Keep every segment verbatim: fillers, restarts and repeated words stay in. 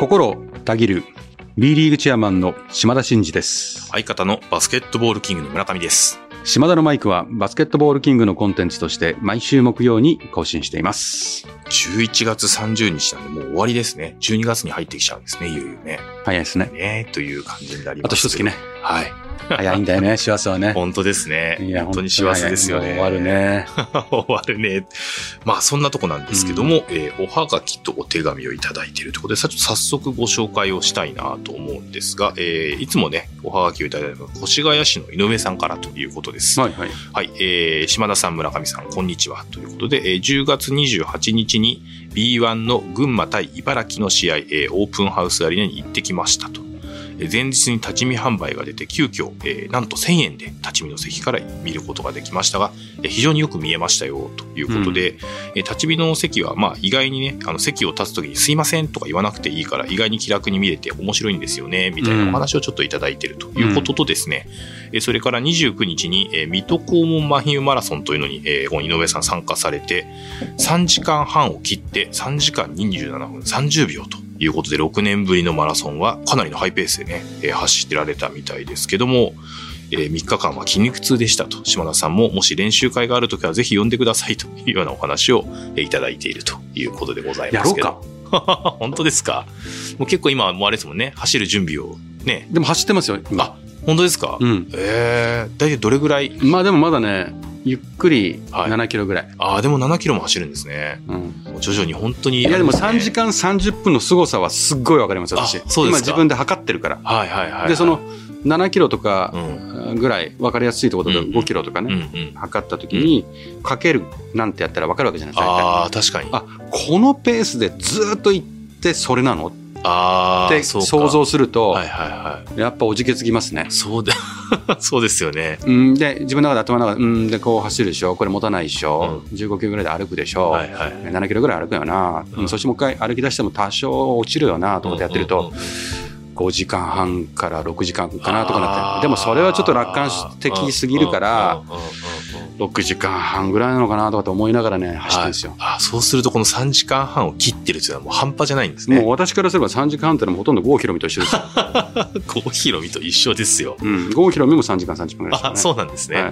心たぎる B リーグチェアマンの島田真二です。 相方のバスケットボールキングの村上です。 島田のマイクはバスケットボールキングのコンテンツとして毎週木曜に更新しています。 じゅういちがつさんじゅうにちなんでもう終わりですね。じゅうにがつに入ってきちゃうんですね、いよいよね。 早いですね。 ねという感じになります。 あと一月ね。 はい。 早いんだよね、師走はね。 本当ですね。いや、本当に師走ですよね。 終わるね。 終わるね。まあ、そんなとこなんですけども、うんえー、おはがきとお手紙をいただいているということで、さ早速ご紹介をしたいなと思うんですが、えー、いつもね、おはがきをいただいたのは、越谷市の井上さんからということです。 はいはい。 はい、えー、島田さん、村上さん、こんにちは。ということで、えー、じゅうがつにじゅうはちにちに ビーワン の群馬対茨城の試合、えー、オープンハウスアリーナに行ってきましたと。前日に立ち見販売が出て急遽、えー、なんとせんえんで立ち見の席から見ることができましたが、えー、非常によく見えましたよということで、うんえー、立ち見の席はまあ意外にねあの席を立つときにすいませんとか言わなくていいから意外に気楽に見れて面白いんですよねみたいなお話をちょっといただいているということとですね、うん、それからにじゅうくにちに、えー、水戸黄門マヒューマラソンというのに、えー、この井上さん参加されてさんじかんはんを切ってさんじかんにじゅうななふんさんじゅうびょうということでろくねんぶりのマラソンはかなりのハイペースでね、えー、走ってられたみたいですけども、えー、みっかかんは筋肉痛でしたと。島田さんももし練習会があるときはぜひ呼んでくださいというようなお話を、えー、いただいているということでございますけど。やろうか本当ですか。もう結構今はもうあれですもんね、走る準備をね。 でも走ってますよ今。 あ、本当ですか。うん。えー、大体どれぐらい。 まあでもまだねゆっくりななキロぐらい、はい、 ああでもななキロも走るんですね、うん、もう徐々に本当に、 ね、いやでもさんじかんさんじゅっぷんの凄さはすっごいわかります私。そうですか。今自分で測ってるから、 はいはいはい、はい、 でそのななキロとかぐらい分かりやすいところでごキロとかね、うんうん、測った時にかけるなんてやったら分かるわけじゃないですか。 ああ確かに。 あこのペースでずっと行ってそれなのあって想像すると、 はいはいはい、 やっぱおじけつきますね。 そうだそうですよね。 うんで自分の中で頭の中でうんでこう走るでしょ、これ持たないでしょ、うん、じゅうごキロぐらいで歩くでしょ、はいはい、ななキロぐらい歩くよな、うん、そしてもう一回歩き出しても多少落ちるよなと思ってやってると、うんうんうん、ごじかんはんからろくじかんかなとかなって、でもそれはちょっと楽観的すぎるからろくじかんはんぐらいなのかなとかと思いながらね走ってるんですよ。 ああそうするとこのさんじかんはんを切ってるっていうのはもう半端じゃないんですね。 もう私からすればさんじかんはんってのはほとんど郷ひろみと一緒ですよ郷ひろみと一緒ですよ。 うん、郷ひろみもさんじかんさんじゅっぷんぐらいです、ね、 あそうなんですね、はい、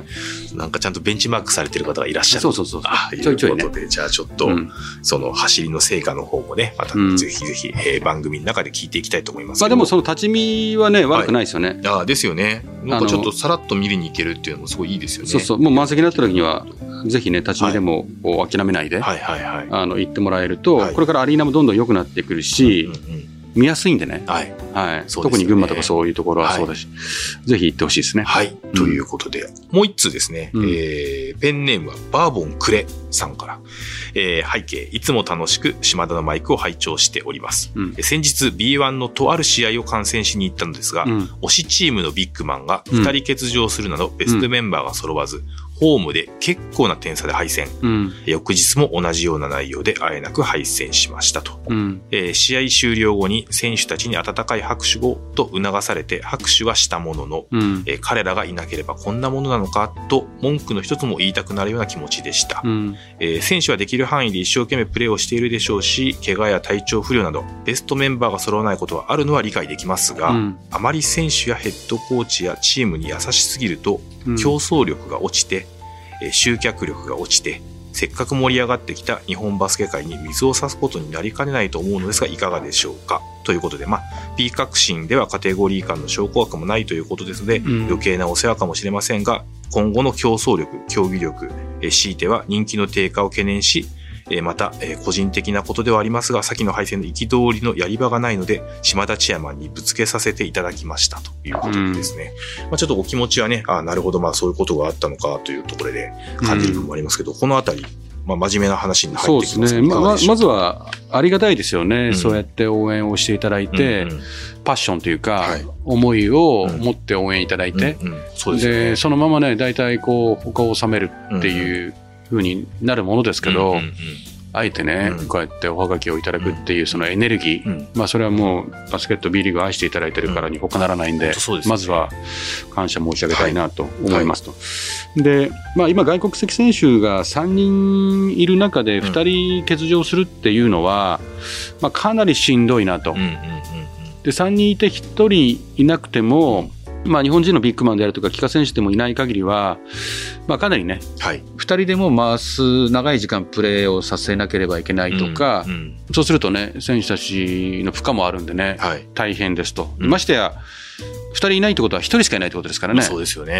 なんかちゃんとベンチマークされてる方がいらっしゃる。 そうそうそうそうあちょいちょいね。ということでじゃあちょっと、うん、その走りの成果の方もねまたぜひぜひ、うんえー、番組の中で聞いていきたいと思いますけど、まあ、 でもその立ち見はね悪くないですよね、 はい、あですよね。なんかちょっとさらっと見るに行けるっていうのもすごいいいですよね。 そうそうもう満席になった時にはぜひね立ち見でもこう諦めないで、 はいはいはいはい、 あの行ってもらえると、はい、これからアリーナもどんどん良くなってくるし、うんうんうん、見やすいんでね、はいはい、特に群馬とかそういうところはそうだし、はい、ぜひ行ってほしいですね。 はい、うん、ということでもう一通ですね、うんえー、ペンネームはバーボンクレさんから、えー、背景いつも楽しく島田のマイクを拝聴しております、うん、先日 ビーワン のとある試合を観戦しに行ったのですが、うん、推しチームのビッグマンがふたり欠場するなどベストメンバーが揃わず、うんホームで結構な点差で敗戦、うん、翌日も同じような内容であえなく敗戦しましたと、うんえー、試合終了後に選手たちに温かい拍手をと促されて拍手はしたものの、うんえー、彼らがいなければこんなものなのかと文句の一つも言いたくなるような気持ちでした、うんえー、選手はできる範囲で一生懸命プレーをしているでしょうし怪我や体調不良などベストメンバーが揃わないことはあるのは理解できますが、うん、あまり選手やヘッドコーチやチームに優しすぎると競争力が落ちて、うん、集客力が落ちてせっかく盛り上がってきた日本バスケ界に水を差すことになりかねないと思うのですがいかがでしょうかということで、まあ、P 革新ではカテゴリー間の証拠枠もないということですので、うん、余計なお世話かもしれませんが今後の競争力、競技力、強いては人気の低下を懸念しまた個人的なことではありますが先の敗戦の憤りのやり場がないので島田チェアマンにぶつけさせていただきましたということでですね、うんまあ、ちょっとお気持ちはねあなるほどまあそういうことがあったのかというところで感じる部分もありますけど、うん、このあたりまあ、真面目な話に入ってきます。 そうですね。ま、まずはありがたいですよね、うん、そうやって応援をしていただいて、うんうん、パッションというか、はい、思いを持って応援いただいて、うんうんうん、そうですね、でそのままね大体こう他を収めるっていう風になるものですけど、うんうんうん、あえてね、うん、こうやっておはがきをいただくっていうそのエネルギー、うん、まあそれはもうバスケット B リーグを愛していただいてるからに他ならないんで、うん、まずは感謝申し上げたいなと思いますと、はいはい、で、まあ今外国籍選手がさんにんいる中でふたり欠場するっていうのは、まあかなりしんどいなと、うんうんうんでさんにんいてひとりいなくても、まあ、日本人のビッグマンであるとか帰化選手でもいない限りは、まあ、かなりね、はい、ふたりでも回す長い時間プレーをさせなければいけないとか、うんうん、そうするとね選手たちの負荷もあるんでね、はい、大変ですと、うん、ましてやふたりいないってことはひとりしかいないってことですからね。 そうですよね、 うん、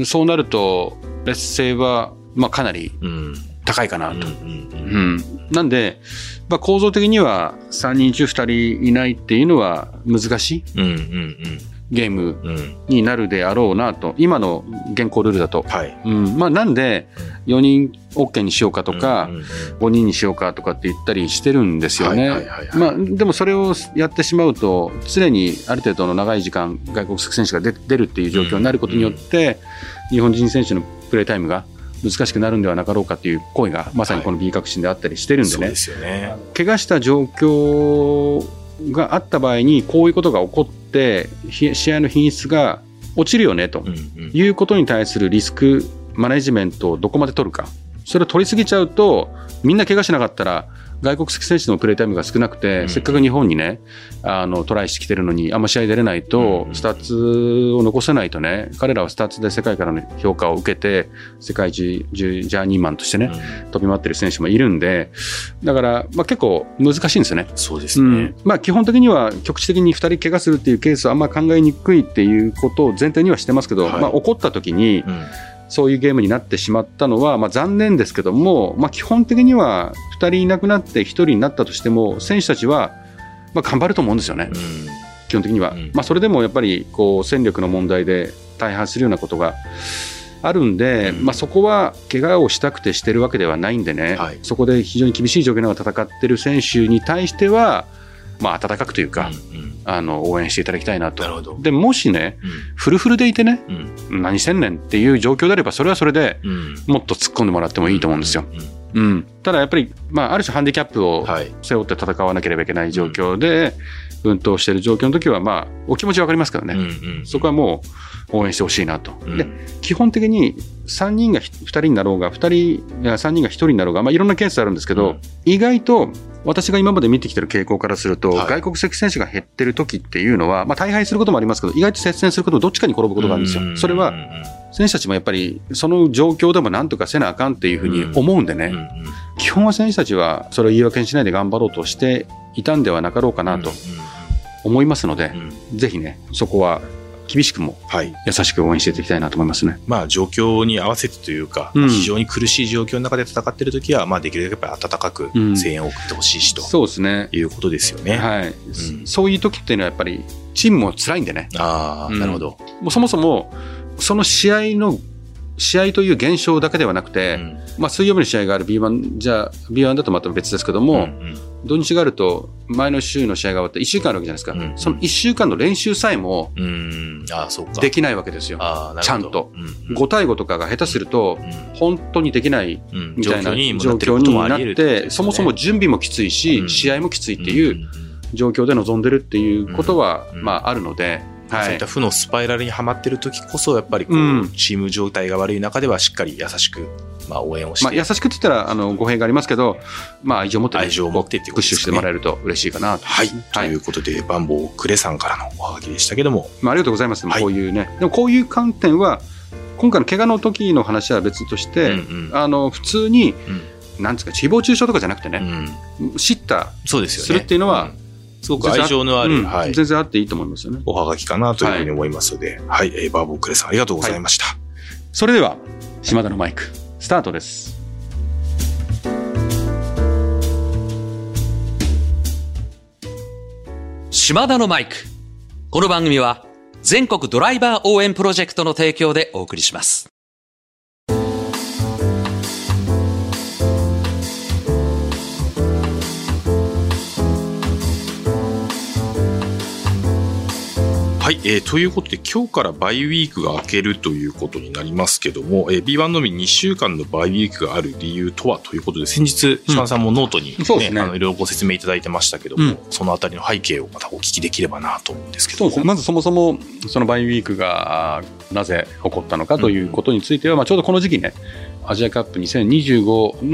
そうなると劣勢はまあかなり高いかなと、うんうんうんうん、なんで、まあ、構造的にはさんにん中ふたりいないっていうのは難しい、うんうんうんゲームになるであろうなと、今の現行ルールだと、はいうんまあ、なんでよにん OK にしようかとか、うんうんうん、ごにんにしようかとかって言ったりしてるんですよね、はいはいはいはいまあ、でもそれをやってしまうと常にある程度の長い時間外国籍選手が 出, 出るっていう状況になることによって、うんうん、日本人選手のプレータイムが難しくなるんではなかろうかという声がまさにこの B 革新であったりしてるんでね、はい、そうですよね。怪我した状況があった場合にこういうことが起こって試合の品質が落ちるよねということに対するリスクマネジメントをどこまで取るか、それを取りすぎちゃうとみんな怪我しなかったら外国籍選手のプレータイムが少なくて、うん、せっかく日本にねあのトライしてきてるのにあんま試合出れないと、うん、スタッツを残せないとね、彼らはスタッツで世界からの評価を受けて世界中ジャーニーマンとしてね、うん、飛び回ってる選手もいるんで、だから、まあ、結構難しいんですよね。 そうですね、うんまあ、基本的には局地的にふたり怪我するっていうケースはあんま考えにくいっていうことを前提にはしてますけど、はいまあ、起こった時に、うんそういうゲームになってしまったのは、まあ、残念ですけども、まあ、基本的にはふたりいなくなってひとりになったとしても選手たちはまあ頑張ると思うんですよね、うん、基本的には、うんまあ、それでもやっぱりこう戦力の問題で大敗するようなことがあるんで、うんまあ、そこは怪我をしたくてしてるわけではないんでね、はい、そこで非常に厳しい状況の中戦ってる選手に対しては、まあ、温かくというか、うんうんあの応援していただきたいなと。なるほど。でもしね、うん、フルフルでいてね、うん、何せんねんっていう状況であればそれはそれで、うん、もっと突っ込んでもらってもいいと思うんですよ、うんうんうん、ただやっぱり、まあ、ある種ハンディキャップを背負って戦わなければいけない状況で奮闘している状況の時は、まあ、お気持ちわかりますからね、うんうんうん、そこはもう応援してほしいなと、うん、で基本的にさんにんがふたりになろうがふたりやさんにんがひとりになろうが、まあ、いろんなケースあるんですけど、うん、意外と私が今まで見てきてる傾向からすると、はい、外国籍選手が減ってる時っていうのは、まあ、大敗することもありますけど意外と接戦することどっちかに転ぶことがあるんですよ。それは選手たちもやっぱりその状況でもなんとかせなあかんっていうふうに思うんでね、うんうんうん、基本は選手たちはそれを言い訳にしないで頑張ろうとしていたんではなかろうかなと思いますので、うんうん、ぜひねそこは厳しくも優しく応援していただきたいなと思いますね、はい、 まあ、状況に合わせてというか、うん、非常に苦しい状況の中で戦っているときは、まあ、できるだけやっぱり温かく声援を送ってほしいし、うん、とそうですねいうことですよね、 はいうん、そういう時っていうのはやっぱりチームも辛いんでね。 あ、うん、なるほど。 もうそもそもその試合の試合という現象だけではなくて、うんまあ、水曜日の試合がある ビーワン じゃ ビーワン だとまた別ですけども、うんうん、土日があると前の週の試合が終わっていっしゅうかんあるわけじゃないですか、うんうん、そのいっしゅうかんの練習さえもできないわけですよ、ちゃんと、うんうん、ごたいごとかが下手すると本当にできないみたいな状況になって、ね、そもそも準備もきついし、うん、試合もきついっていう状況で臨んでるっていうことは、うんうんまあ、あるので、 はい、そういった負のスパイラルにはまってる時こそやっぱりこう、うん、チーム状態が悪い中ではしっかり優しく、まあ、応援をして、まあ、 優しくって言ったらあの語弊がありますけど、まあ、愛情を持って、ね、 愛情を持ってっていうことですね。 プッシュしてもらえると嬉しいかなと、 はいはい、ということでバンボークレさんからのおはがきでしたけども、 まあ、ありがとうございます、はい、こういうねでもこういう観点は今回の怪我の時の話は別として、うんうん、あの普通に、うん、なんですか誹謗中傷とかじゃなくてね、うん、叱咤するっていうのは、うんすごく愛情のある、 うんはい、全然あっていいと思いますよね。 おはがきかなというふうに思いますので、はい、はい、えー、バーボークレさんありがとうございました。はい、 それでは島田のマイクスタートです。 島田のマイク。この番組は全国ドライバー応援プロジェクトの提供でお送りします。 はい、えー、ということで今日からバイウィークが明けるということになりますけども、えー、ビーワン のみにしゅうかんのバイウィークがある理由とはということで先日島田さんもノートに、ねうんね、あのいろいろご説明いただいてましたけども、うん、そのあたりの背景をまたお聞きできればなと思うんですけども。 そうですね、まずそもそもそのバイウィークがなぜ起こったのかということについては、うんまあ、ちょうどこの時期ねアジアカップにせんにじゅうごの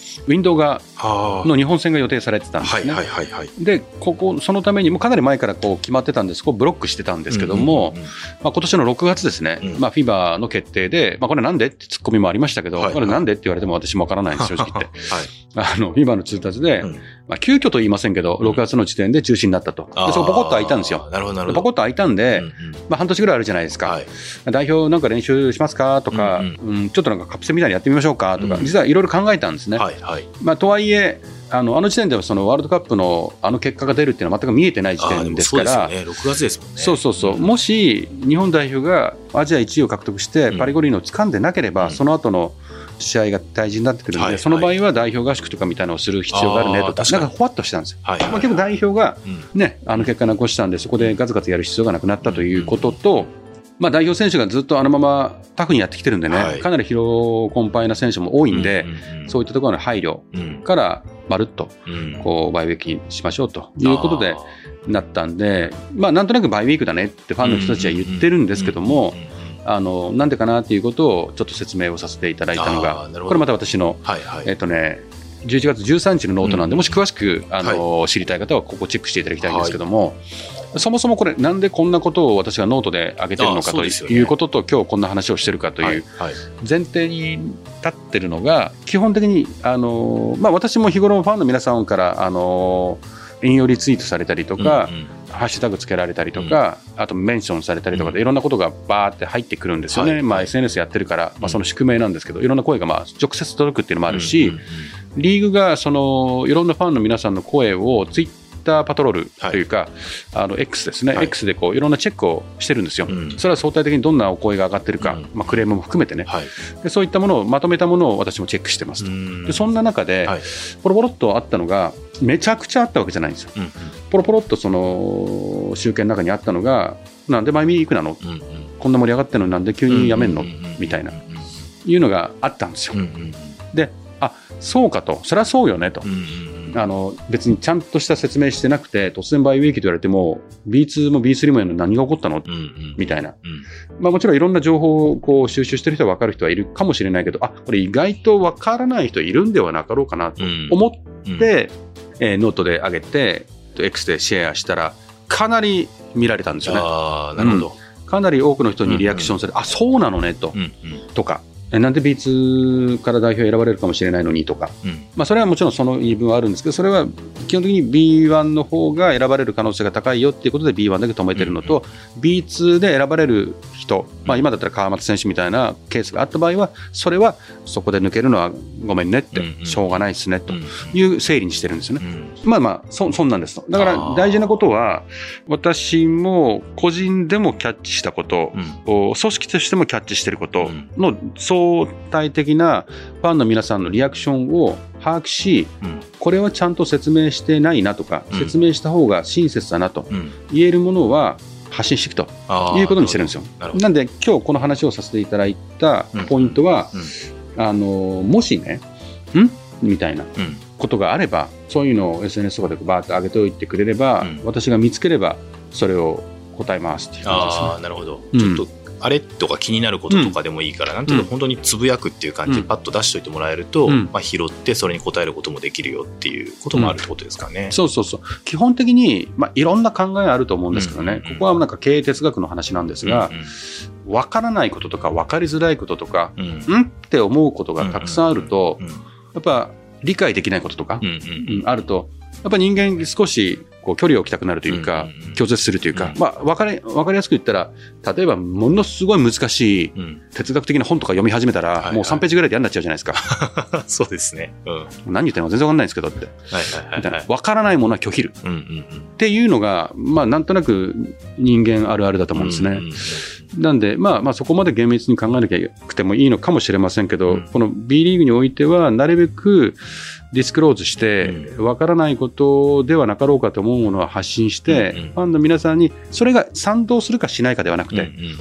ウィンドウがの日本戦が予定されてたんですね。でここそのためにもかなり前からこう決まってたんですこうブロックしてたんですけども、まあ、今年のろくがつですね、うんまあ、フィバの決定で、まあ、これなんでってツッコミもありましたけど、はいはい、これなんでって言われても私もわからないんです正直言って、はい、あのフィバの通達で、うんまあ、急遽と言いませんけどろくがつの時点で中止になったと、でそこポコッと開いたんですよ。なるほどなるほど。ポコッと開いたんで、うんうんまあ、半年ぐらいあるじゃないですか、はい、代表なんか練習しますかとか、うんうんうん、ちょっとなんかカプセルみたいにやってみましょうかとか、うん、実はいろいろ考えたんですね、はいはいまあ、とはいえあのあの時点ではそのワールドカップのあの結果が出るっていうのは全く見えてない時点ですから、 そうですよね、ろくがつですもんね。 そうそうそう、うん、もし日本代表がアジアいちいを獲得してパリ五輪を掴んでなければ、うん、その後の試合が大事になってくるので、はいはい、その場合は代表合宿とかみたいなのをする必要があるねとか、なんかほわっとしたんですよ、はいはいまあ、結構代表が、ね、あの結果残したんでそこでガツガツやる必要がなくなったということと、まあ、代表選手がずっとあのままタフにやってきてるんでね、はい、かなり疲労困憊な選手も多いんで、うんうんうん、そういったところの配慮からまるっとこうバイウィークにしましょうということでなったんで、まあ、なんとなくバイウィークだねってファンの人たちは言ってるんですけども、あのなんでかなっていうことをちょっと説明をさせていただいたのが、これまた私の、はいはいえーとね、じゅういちがつじゅうさんにちのノートなんで、うん、もし詳しくあの、はい、知りたい方はここをチェックしていただきたいんですけども、はいそもそもこれなんでこんなことを私がノートで上げてるのかということと、今日こんな話をしてるかという前提に立ってるのが、基本的にあの、まあ、私も日頃ファンの皆さんからあの引用リツイートされたりとか、うんうん、ハッシュタグつけられたりとか、うん、あとメンションされたりとかでいろんなことがバーって入ってくるんですよね、はいまあ、エスエヌエス やってるから、まあ、その宿命なんですけど、いろんな声がまあ直接届くっていうのもあるし、うんうんうん、リーグがそのいろんなファンの皆さんの声をツイッターパトロールというか、はい、あの X ですね、はい、X でこういろんなチェックをしてるんですよ、うん、それは相対的にどんなお声が上がってるか、うんまあ、クレームも含めてね、はい、でそういったものをまとめたものを私もチェックしてますと。でそんな中で、はい、ポロポロっとあったのがめちゃくちゃあったわけじゃないんですよ、うんうん、ポロポロっとその集計の中にあったのが、なんでマイミークなの、うんうん、こんな盛り上がってるのになんで急にやめんの、うんうんうん、みたいないうのがあったんですよ、うんうん、であそうかと、それはそうよねと、うんうん、あの別にちゃんとした説明してなくて突然バイウィークと言われても ビーツー も ビースリー もやるの何が起こったの、うんうん、みたいな、うんまあ、もちろんいろんな情報をこう収集してる人は分かる人はいるかもしれないけど、あこれ意外と分からない人いるんではなかろうかなと思って、うんうんえー、ノートで上げて X でシェアしたらかなり見られたんですよね。 あなるほど、 うん、かなり多くの人にリアクションされて、うんうん、あそうなのねと、うんうん、とかなんで ビーツー から代表選ばれるかもしれないのにとか、うんまあ、それはもちろんその言い分はあるんですけど、それは基本的に ビーワン の方が選ばれる可能性が高いよっていうことで ビーワン だけ止めてるのと、うんうん、ビーツー で選ばれる人、まあ、今だったら川松選手みたいなケースがあった場合はそれはそこで抜けるのはごめんねって、うんうん、しょうがないですねという整理にしてるんですよね、うん、まあまあ そ, そんなんですと。だから大事なことは私も個人でもキャッチしたこと、うん、組織としてもキャッチしてることの相対的なファンの皆さんのリアクションを把握し、うん、これはちゃんと説明してないなとか、うん、説明した方が親切だなと言えるものは発信していくということにしてるんですよ。なんで今日この話をさせていただいたポイントは、うんうん、あのもしねんみたいなことがあれば、そういうのを エスエヌエス とかでバーッと上げておいてくれれば、うん、私が見つければそれを答えますっていう感じですね。 あなるほど、うん、ちょっとあれとか気になることとかでもいいから、うん、なんていうの本当につぶやくっていう感じでパッと出しておいてもらえると、うんまあ、拾ってそれに答えることもできるよっていうこともあるってことですかね、 うん、そうそうそう。基本的に、まあ、いろんな考えあると思うんですけどね、うんうんうん、ここはなんか経営哲学の話なんですが、うんうん、分からないこととか分かりづらいこととか、うん、んって思うことがたくさんあると、うんうんうん、やっぱ理解できないこととか、うんうんうん、あるとやっぱ人間少しこう距離を置きたくなるというか、うんうん、拒絶するというか、うんまあ、分かり、分かりやすく言ったら例えばものすごい難しい哲学的な本とか読み始めたら、うん、もうさんページぐらいで嫌になっちゃうじゃないですか、 はいはい、そうですね、 うん、何言っても全然分かんないんですけどって、はいはいはいはい、みたいな分からないものは拒否る、うんうんうん、っていうのが、まあ、なんとなく人間あるあるだと思うんですね、うんうんうん、なんで、まあ、まあそこまで厳密に考えなきゃくてもいいのかもしれませんけど、うん、この B リーグにおいてはなるべくディスクローズして分からないことではなかろうかと思うものは発信して、ファンの皆さんにそれが賛同するかしないかではなくて、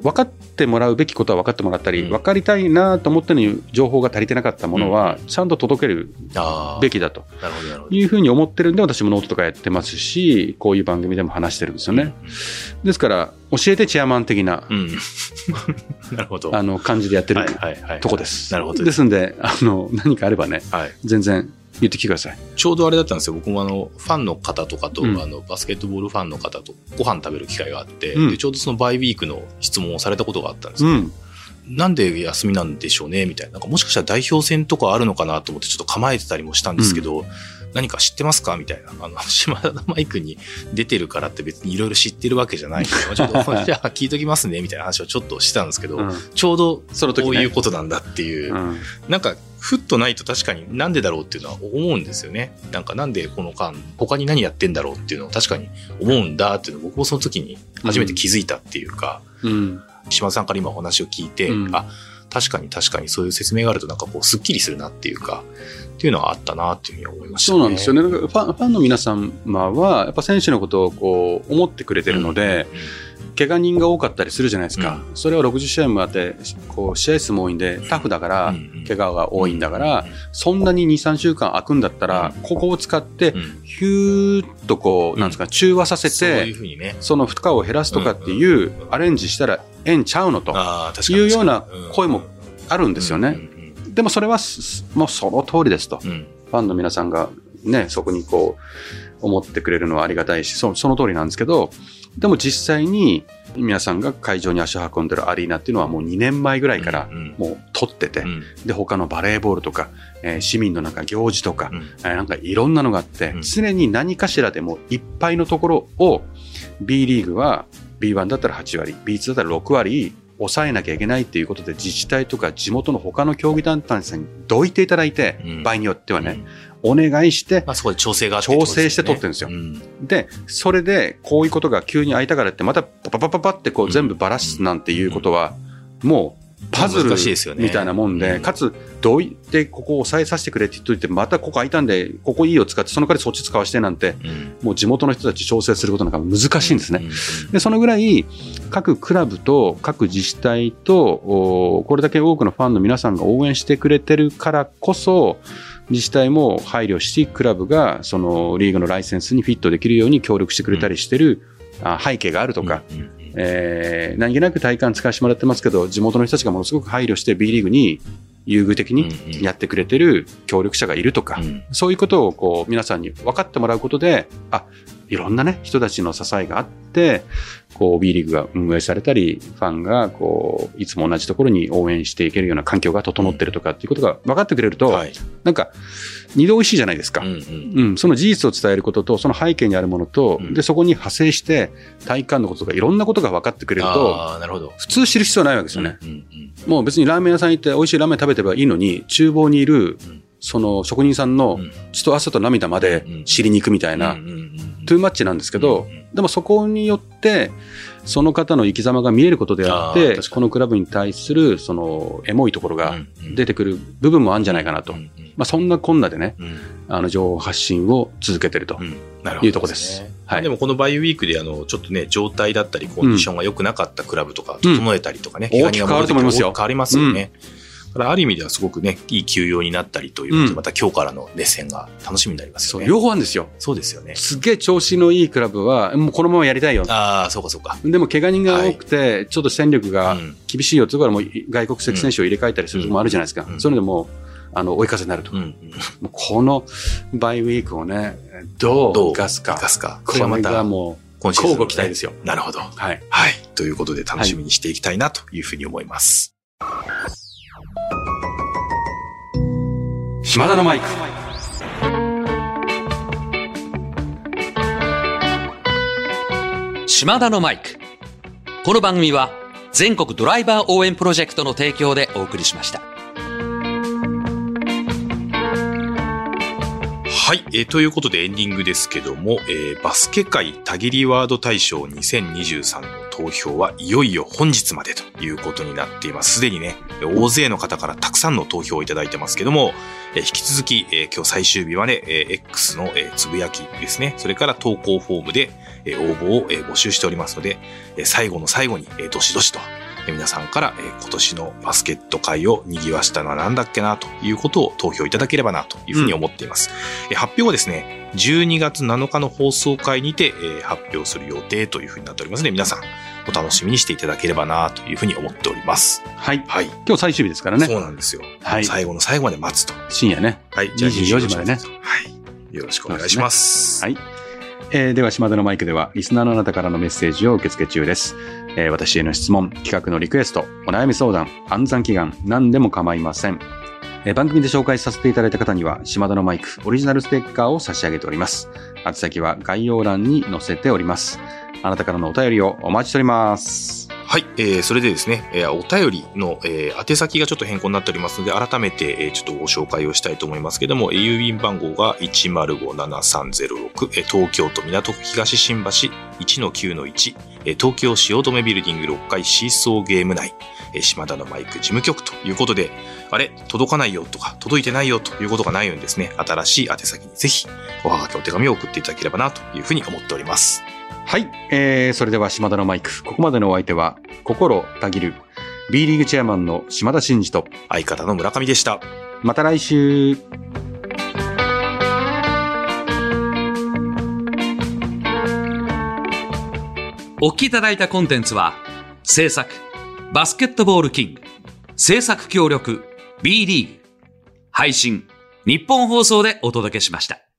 分かってもらうべきことは分かってもらったり、うん、分かりたいなと思ったのに情報が足りてなかったものはちゃんと届けるべきだというふうに思ってるんで、私もノートとかやってますし、こういう番組でも話してるんですよね。うん、ですから教えてチェアマン的な、うん、なるほど、あの感じでやってるとこです。なるほど。ですんで、あの何かあればね、はい、全然言ってきてください。 ちょうどあれだったんですよ。僕もあのファンの方とかと、うん、あのバスケットボールファンの方とご飯食べる機会があって、うん、でちょうどそのバイウィークの質問をされたことがあったんですけど、うん、なんで休みなんでしょうねみたいな、なんかもしかしたら代表戦とかあるのかなと思ってちょっと構えてたりもしたんですけど、うん、何か知ってますかみたいな、あの島田のマイクに出てるからって別にいろいろ知ってるわけじゃないからちょっとじゃあ聞いときますねみたいな話をちょっとしたんですけど、うん、ちょうどこういうことなんだっていう、ね、うん、なんかふっとないと確かになんでだろうっていうのは思うんですよね。なんかなんでこの間他に何やってんだろうっていうのを確かに思うんだっていうのを僕もその時に初めて気づいたっていうか、うんうん、島田さんから今お話を聞いて、うん、あ、確かに確かにそういう説明があるとなんかこうスッキリするなっていうかっていうのはあったなっていうふうに思いましたね。 そうなんですよね。ファン、ファンの皆様はやっぱ選手のことをこう思ってくれてるので、うんうん、怪我人が多かったりするじゃないですか。うん、それはろくじゅっ試合もあってこう試合数も多いんでタフだから、うん、怪我が多いんだから、うん、そんなに にさんしゅうかん空くんだったら、うん、ここを使ってヒューッとこう、うん、なんですか、中和させて、そういうふうにね、その負荷を減らすとかっていうアレンジしたらええんちゃうのというような声もあるんですよね。でもそれはもうその通りですと、うん、ファンの皆さんがねそこにこう思ってくれるのはありがたいし、そ, その通りなんですけど、でも実際に皆さんが会場に足を運んでるアリーナっていうのはもうにねんまえぐらいからもう取ってて、うんうん、で他のバレーボールとか、えー、市民のなんか行事とか、うん、えー、なんかいろんなのがあって、うん、常に何かしらでもいっぱいのところを B リーグは ビーワン だったらはちわり ビーツー だったらろくわり抑えなきゃいけないっていうことで、自治体とか地元の他の競技団体さんにどいていただいて、うん、場合によってはね、うん、お願いして、 まあ、そこで調整があって、 調整して取ってるんですよ。うん、で、それでこういうことが急に空いたからってまたパパパパパってこう全部バラすなんていうことは、もうパズルみたいなもんで、かつどいてここを抑えさせてくれって言っといて、またここ空いたんでここいいよ使ってその代わりそっち使わせてなんて、もう地元の人たち調整することなんか難しいんですね。でそのぐらい各クラブと各自治体とこれだけ多くのファンの皆さんが応援してくれてるからこそ、自治体も配慮し、クラブがそのリーグのライセンスにフィットできるように協力してくれたりしてる背景があるとか、えー、何気なく体感使わせてもらってますけど、地元の人たちがものすごく配慮して B リーグに優遇的にやってくれてる協力者がいるとか、うんうん、そういうことをこう皆さんに分かってもらうことで、あ、いろんなね人たちの支えがあって、こう B リーグが運営されたり、ファンがこういつも同じところに応援していけるような環境が整ってるとかっていうことが分かってくれると、はい、なんか二度おいしいじゃないですか、うんうんうん、その事実を伝えることとその背景にあるものと、うん、でそこに派生して体感のこととかいろんなことが分かってくれると、 あ、なるほど、 普通知る必要はないわけですよね、うんうんうん、もう別にラーメン屋さん行って美味しいラーメン食べてればいいのに、厨房にいる、うん、その職人さんの血と汗と涙まで知りに行くみたいな、うんうんうん、トゥーマッチなんですけど、うんうん、でもそこによってその方の生き様が見えることであって、このクラブに対するそのエモいところが出てくる部分もあるんじゃないかなと、うんうん、まあ、そんなこんなでね、うん、あの情報発信を続けてるというところです、うん、ですね。 はい、でもこのバイウィークであのちょっとね状態だったりコンディションが良くなかったクラブとか整えたりとかね、 うん、大きく変わると思いますよ。 大きく変わりますよね、うん、だからある意味ではすごくねいい休養になったりということで、また今日からの熱戦が楽しみになりますよね。 そう、両方あるんですよ。 そうですよね。 すげえ調子のいいクラブはもうこのままやりたいよ。 ああ、そうかそうか。 でも怪我人が多くて、はい、ちょっと戦力が厳しいよというからもう外国籍選手を入れ替えたりするところもあるじゃないですか、うんうん、そういうのでもうあの追い風になると、うんうん、もうこのバイウィークをねどう生かすか、 生かすか、 これはまたもう交互期待ですよ。 なるほど、はい、はい、ということで楽しみにしていきたいなというふうに思います、はい、 島田のマイク。 島田のマイク。この番組は全国ドライバー応援プロジェクトの提供でお送りしました。 はい、えー、ということでエンディングですけども、えー、バスケ界たぎりワード大賞にせんにじゅうさんの投票はいよいよ本日までということになっています。すでにね、大勢の方からたくさんの投票をいただいてますけども、えー、引き続き、えー、今日最終日はね、えー、X の、えー、つぶやきですね、それから投稿フォームで、えー、応募を、えー、募集しておりますので、えー、最後の最後に、えー、どしどしと皆さんから、えー、今年のバスケット界を賑わしたのは何だっけなということを投票いただければなというふうに思っています。うん、えー、発表はですね、じゅうにがつなのかの放送回にて、えー、発表する予定というふうになっておりますので、皆さんお楽しみにしていただければなというふうに思っております。 はい。はい。今日最終日ですからね。 そうなんですよ。 はい。 最後の最後まで待つと。 深夜ね。 はい。 じゃあにじゅうよじまでね。 はい。よろしくお願いします。 はい。えー、では、島田のマイクでは、リスナーのあなたからのメッセージを受け付け中です。えー、私への質問、企画のリクエスト、お悩み相談、暗算祈願、何でも構いません。えー、番組で紹介させていただいた方には、島田のマイク、オリジナルステッカーを差し上げております。宛先は概要欄に載せております。あなたからのお便りをお待ちしております。 はい。えー、それでですね、えー、お便りの、えー、宛先がちょっと変更になっておりますので、改めて、えー、ちょっとご紹介をしたいと思いますけども、郵便番号が いちまるごななさんゼロろく、えー、東京都港区東新橋 いちのきゅうのいち、えー、東京汐留ビルディングろっかいシーソーゲーム内、えー、島田のマイク事務局ということで、あれ届かないよとか、届いてないよということがないようにですね、新しい宛先にぜひ、おはがきお手紙を送っていただければなというふうに思っております。 はい、えー、それでは島田のマイク、ここまでのお相手は心たぎる B リーグチェアマンの島田真二と相方の村上でした。 また来週。 お聞きいただいたコンテンツは制作バスケットボールキング、制作協力 B リーグ、配信日本放送でお届けしました。